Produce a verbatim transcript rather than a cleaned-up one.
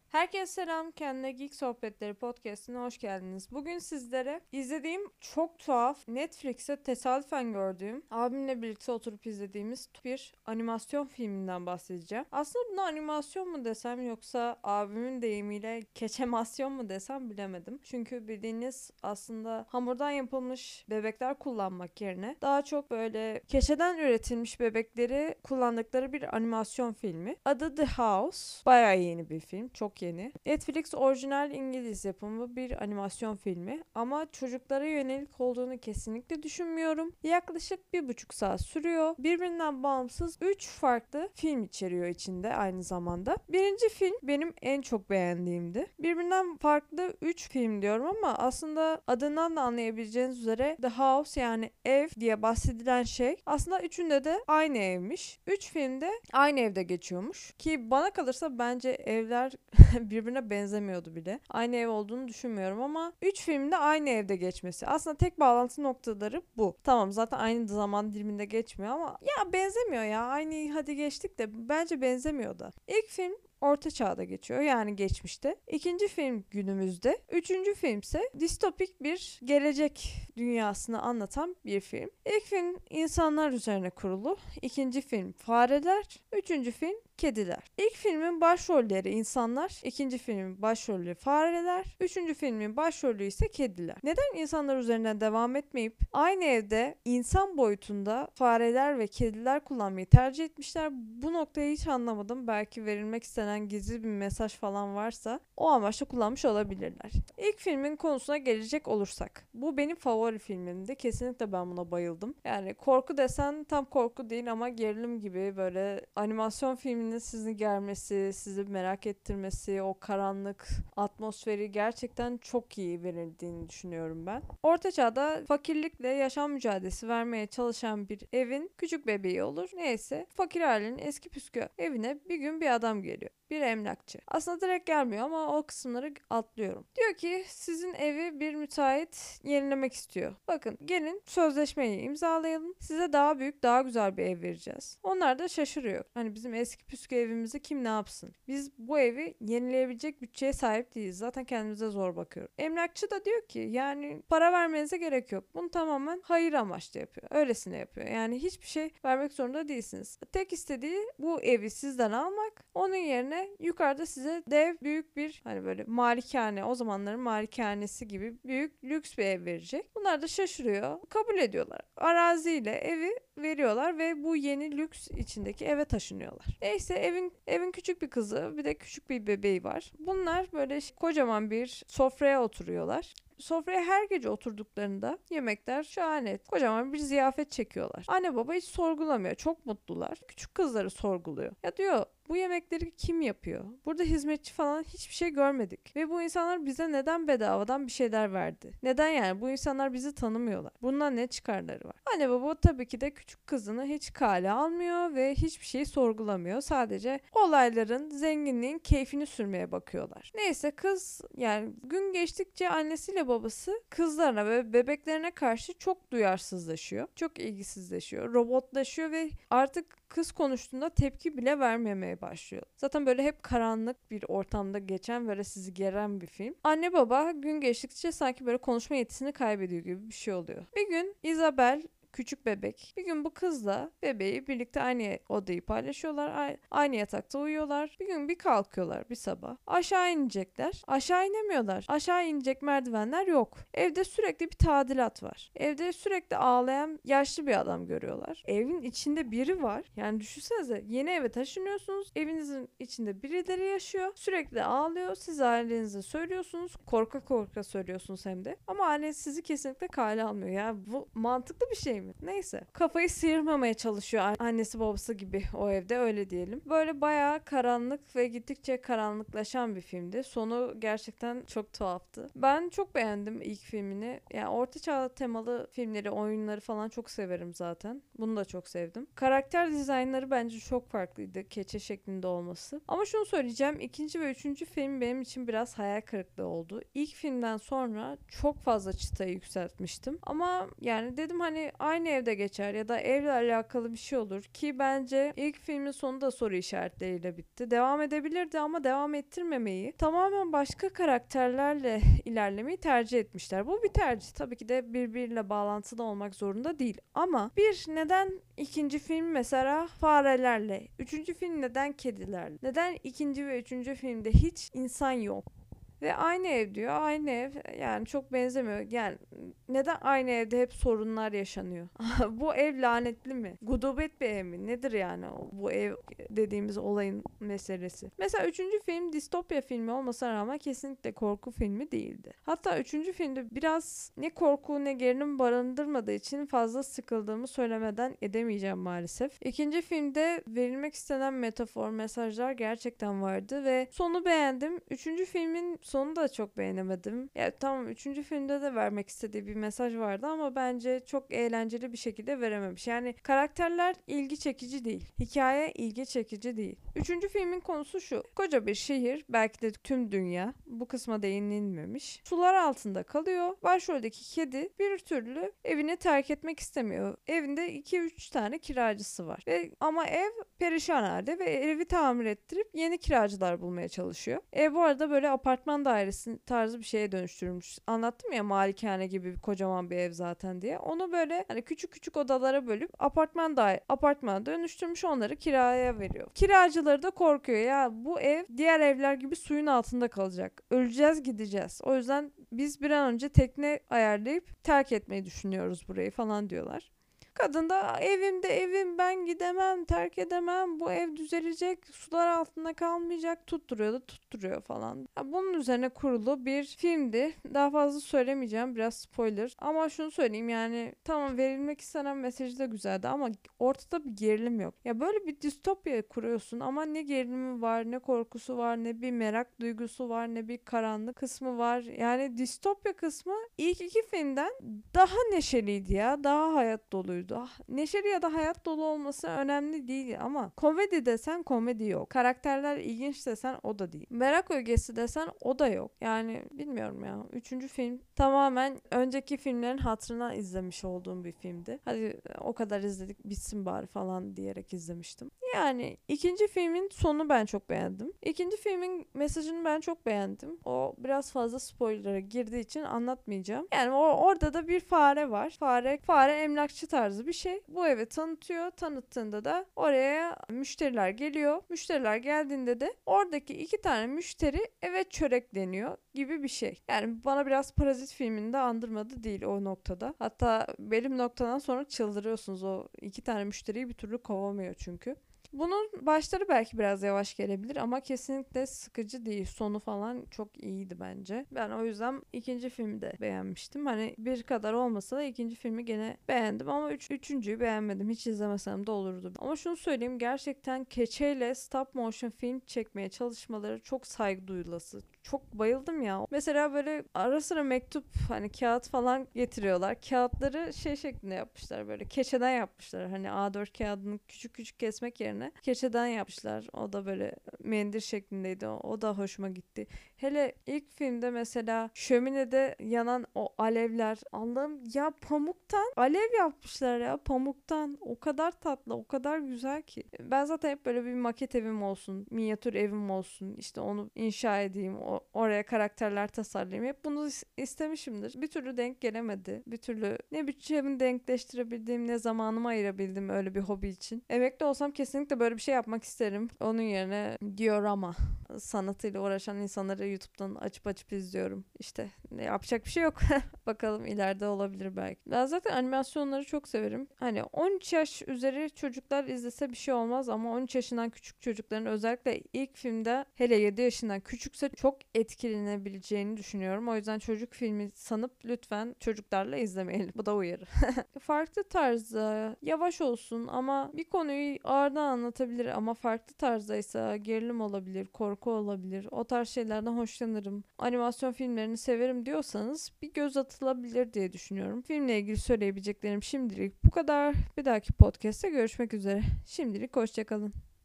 Herkese selam, Kendine Geek Sohbetleri podcastine hoş geldiniz. Bugün sizlere izlediğim çok tuhaf, Netflix'te tesadüfen gördüğüm, abimle birlikte oturup izlediğimiz bir animasyon filminden bahsedeceğim. Aslında buna animasyon mu desem yoksa abimin deyimiyle keçemasyon mu desem bilemedim. Çünkü bildiğiniz aslında hamurdan yapılmış bebekler kullanmak yerine daha çok böyle keçeden üretilmiş bebekleri kullandıkları bir animasyon filmi. Adı The House. Bayağı yeni bir film. Çok yeni. Netflix orijinal İngiliz yapımı bir animasyon filmi ama çocuklara yönelik olduğunu kesinlikle düşünmüyorum. Yaklaşık bir buçuk saat sürüyor. Birbirinden bağımsız üç farklı film içeriyor içinde aynı zamanda. Birinci film benim en çok beğendiğimdi. Birbirinden farklı üç film diyorum ama aslında adından da anlayabileceğiniz üzere The House yani ev diye bahsedilen şey aslında üçünde de aynı evmiş. Üç filmde aynı evde geçiyormuş. Ki bana kalırsa bence evler birbirine benzemiyordu bile. Aynı ev olduğunu düşünmüyorum ama üç filmde aynı evde geçmesi. Aslında tek bağlantı noktaları bu. Tamam zaten aynı zaman diliminde geçmiyor ama ya benzemiyor ya. Aynı hadi geçtik de bence benzemiyor da. İlk film Orta Çağ'da geçiyor yani geçmişte. İkinci film günümüzde. Üçüncü film ise distopik bir gelecek dünyasını anlatan bir film. İlk film insanlar üzerine kurulu. İkinci film fareler. Üçüncü film kediler. İlk filmin başrolleri insanlar, ikinci filmin başrolü fareler, üçüncü filmin başrolü ise kediler. Neden insanlar üzerinden devam etmeyip aynı evde insan boyutunda fareler ve kediler kullanmayı tercih etmişler? Bu noktayı hiç anlamadım. Belki verilmek istenen gizli bir mesaj falan varsa o amaçla kullanmış olabilirler. İlk filmin konusuna gelecek olursak. Bu benim favori filmimdi. Kesinlikle ben buna bayıldım. Yani korku desen tam korku değil ama gerilim gibi böyle animasyon filminin sizi germesi, sizi merak ettirmesi, o karanlık atmosferi gerçekten çok iyi verildiğini düşünüyorum ben. Orta Çağ'da fakirlikle yaşam mücadelesi vermeye çalışan bir evin küçük bebeği olur. Neyse fakir ailenin eski püskü evine bir gün bir adam geliyor. Bir emlakçı. Aslında direkt gelmiyor ama o kısımları atlıyorum. Diyor ki sizin evi bir müteahhit yenilemek istiyor. Bakın gelin sözleşmeyi imzalayalım. Size daha büyük daha güzel bir ev vereceğiz. Onlar da şaşırıyor. Hani bizim eski püskü evimizi kim ne yapsın? Biz bu evi yenileyebilecek bütçeye sahip değiliz. Zaten kendimize zor bakıyoruz. Emlakçı da diyor ki yani para vermenize gerek yok. Bunu tamamen hayır amaçlı yapıyor. Öylesine yapıyor. Yani hiçbir şey vermek zorunda değilsiniz. Tek istediği bu evi sizden almak. Onun yerine yukarıda size dev büyük bir hani böyle malikane, o zamanların malikanesi gibi büyük lüks bir ev verecek. Bunlar da şaşırıyor. Kabul ediyorlar. Araziyle evi veriyorlar ve bu yeni lüks içindeki eve taşınıyorlar. Neyse evin evin küçük bir kızı bir de küçük bir bebeği var. Bunlar böyle kocaman bir sofraya oturuyorlar. Sofraya her gece oturduklarında yemekler şahane. Kocaman bir ziyafet çekiyorlar. Anne baba hiç sorgulamıyor. Çok mutlular. Küçük kızları sorguluyor. Ya diyor bu yemekleri kim yapıyor? Burada hizmetçi falan hiçbir şey görmedik. Ve bu insanlar bize neden bedavadan bir şeyler verdi? Neden yani? Bu insanlar bizi tanımıyorlar. Bundan ne çıkarları var? Anne baba tabii ki de küçük kızını hiç kale almıyor ve hiçbir şeyi sorgulamıyor. Sadece olayların, zenginliğin keyfini sürmeye bakıyorlar. Neyse kız yani gün geçtikçe annesiyle babası kızlarına ve bebeklerine karşı çok duyarsızlaşıyor. Çok ilgisizleşiyor. Robotlaşıyor ve artık kız konuştuğunda tepki bile vermemeye başlıyor. Zaten böyle hep karanlık bir ortamda geçen böyle sizi geren bir film. Anne baba gün geçtikçe sanki böyle konuşma yetisini kaybediyor gibi bir şey oluyor. Bir gün Isabel küçük bebek. Bir gün bu kızla bebeği birlikte aynı odayı paylaşıyorlar. Aynı yatakta uyuyorlar. Bir gün bir kalkıyorlar bir sabah. Aşağı inecekler. Aşağı inemiyorlar. Aşağı inecek merdivenler yok. Evde sürekli bir tadilat var. Evde sürekli ağlayan yaşlı bir adam görüyorlar. Evin içinde biri var. Yani düşünsenize yeni eve taşınıyorsunuz. Evinizin içinde birileri yaşıyor. Sürekli ağlıyor. Siz ailenize söylüyorsunuz. Korka korka söylüyorsunuz hem de. Ama aileniz sizi kesinlikle kale almıyor. Ya bu mantıklı bir şey mi? Neyse. Kafayı sıyırmamaya çalışıyor annesi babası gibi o evde öyle diyelim. Böyle bayağı karanlık ve gittikçe karanlıklaşan bir filmdi. Sonu gerçekten çok tuhaftı. Ben çok beğendim ilk filmini. Yani orta çağ temalı filmleri, oyunları falan çok severim zaten. Bunu da çok sevdim. Karakter dizaynları bence çok farklıydı. Keçe şeklinde olması. Ama şunu söyleyeceğim. İkinci ve üçüncü film benim için biraz hayal kırıklığı oldu. İlk filmden sonra çok fazla çıtayı yükseltmiştim. Ama yani dedim hani aynı evde geçer ya da evle alakalı bir şey olur ki bence ilk filmin sonu da soru işaretleriyle bitti. Devam edebilirdi ama devam ettirmemeyi, tamamen başka karakterlerle ilerlemeyi tercih etmişler. Bu bir tercih. Tabii ki de birbiriyle bağlantılı olmak zorunda değil. Ama bir, neden ikinci film mesela farelerle? Üçüncü film neden kedilerle? Neden ikinci ve üçüncü filmde hiç insan yok? Ve aynı ev diyor. Aynı ev yani çok benzemiyor. Yani neden aynı evde hep sorunlar yaşanıyor? Bu ev lanetli mi? Gudubet bir ev mi? Nedir yani bu ev dediğimiz olayın meselesi? Mesela üçüncü film distopya filmi olmasına rağmen kesinlikle korku filmi değildi. Hatta üçüncü filmde biraz ne korku ne gerilim barındırmadığı için fazla sıkıldığımı söylemeden edemeyeceğim maalesef. İkinci filmde verilmek istenen metafor, mesajlar gerçekten vardı ve sonu beğendim. Üçüncü filmin sonunu da çok beğenemedim. Ya tamam, üçüncü filmde de vermek istediği bir mesaj vardı ama bence çok eğlenceli bir şekilde verememiş. Yani karakterler ilgi çekici değil. Hikaye ilgi çekici değil. Üçüncü filmin konusu şu. Koca bir şehir, belki de tüm dünya, bu kısma değinilmemiş, sular altında kalıyor. Başroldeki kedi bir türlü evini terk etmek istemiyor. Evinde iki üç tane kiracısı var. Ve ama ev perişan halde ve evi tamir ettirip yeni kiracılar bulmaya çalışıyor. Ev bu arada böyle apartman dairesi tarzı bir şeye dönüştürülmüş. Anlattım ya, malikane gibi bir kocaman bir ev zaten diye. Onu böyle hani küçük küçük odalara bölüp apartman daire apartmana dönüştürmüş, onları kiraya veriyor. Kiracıları da korkuyor. Ya bu ev diğer evler gibi suyun altında kalacak. Öleceğiz, gideceğiz. O yüzden biz bir an önce tekne ayarlayıp terk etmeyi düşünüyoruz burayı falan diyorlar. Kadın da evimde evim, ben gidemem, terk edemem, bu ev düzelecek, sular altında kalmayacak, tutturuyor da tutturuyor falan. Ya bunun üzerine kurulu bir filmdi. Daha fazla söylemeyeceğim, biraz spoiler. Ama şunu söyleyeyim, yani tamam, verilmek istenen mesajı da güzeldi ama ortada bir gerilim yok. Ya böyle bir distopya kuruyorsun ama ne gerilimi var, ne korkusu var, ne bir merak duygusu var, ne bir karanlık kısmı var. Yani distopya kısmı ilk iki filmden daha neşeliydi ya, daha hayat doluydu. Ah, neşeli ya da hayat dolu olması önemli değil ama komedi desen komedi yok. Karakterler ilginç desen o da değil. Merak ögesi desen o da yok. Yani bilmiyorum ya. Üçüncü film tamamen önceki filmlerin hatırına izlemiş olduğum bir filmdi. Hadi o kadar izledik, bitsin bari falan diyerek izlemiştim. Yani ikinci filmin sonunu ben çok beğendim. İkinci filmin mesajını ben çok beğendim. O biraz fazla spoiler'a girdiği için anlatmayacağım. Yani o, orada da bir fare var. Fare fare emlakçı tarzı bir şey. Bu evi tanıtıyor. Tanıttığında da oraya müşteriler geliyor. Müşteriler geldiğinde de oradaki iki tane müşteri eve çörekleniyor gibi bir şey. Yani bana biraz Parazit filmini de andırmadı değil o noktada. Hatta benim noktadan sonra çıldırıyorsunuz. O iki tane müşteriyi bir türlü kovamıyor çünkü. Bunun başları belki biraz yavaş gelebilir ama kesinlikle sıkıcı değil. Sonu falan çok iyiydi bence. Ben o yüzden ikinci filmi de beğenmiştim. Hani bir kadar olmasa da ikinci filmi gene beğendim ama üç, üçüncüyü beğenmedim. Hiç izlemesem de olurdu. Ama şunu söyleyeyim, gerçekten keçeyle stop motion film çekmeye çalışmaları çok saygı duyulası. Çok bayıldım ya. Mesela böyle ara sıra mektup, hani kağıt falan getiriyorlar. Kağıtları şey şeklinde yapmışlar, böyle keçeden yapmışlar. Hani A dört kağıdını küçük küçük kesmek yerine keçeden yapmışlar. O da böyle mendil şeklindeydi. O, o da hoşuma gitti. Hele ilk filmde mesela şöminede yanan o alevler. Allah'ım ya, pamuktan alev yapmışlar ya, pamuktan. O kadar tatlı, o kadar güzel ki. Ben zaten hep böyle bir maket evim olsun, minyatür evim olsun, işte onu inşa edeyim, o, oraya karakterler tasarlayayım. Hep bunu istemişimdir. Bir türlü denk gelemedi. Bir türlü ne bütçemi denkleştirebildiğim, ne zamanımı ayırabildim öyle bir hobi için. Emekli olsam kesinlikle böyle bir şey yapmak isterim. Onun yerine diorama sanatıyla uğraşan insanları YouTube'dan açıp açıp izliyorum. İşte yapacak bir şey yok. Bakalım ileride olabilir belki. Ben zaten animasyonları çok severim. Hani on üç yaş üzeri çocuklar izlese bir şey olmaz ama on üç yaşından küçük çocukların, özellikle ilk filmde hele yedi yaşından küçükse çok etkilenebileceğini düşünüyorum. O yüzden çocuk filmi sanıp lütfen çocuklarla izlemeyelim. Bu da uyarı. Farklı tarzda, yavaş olsun ama bir konuyu ağırdan anlatabilir ama farklı tarzdaysa gerilim olabilir, korku olabilir. O tarz şeylerden hoşlanırım. Animasyon filmlerini severim diyorsanız bir göz atılabilir diye düşünüyorum. Filmle ilgili söyleyebileceklerim şimdilik bu kadar. Bir dahaki podcast'te görüşmek üzere. Şimdilik hoşça kalın.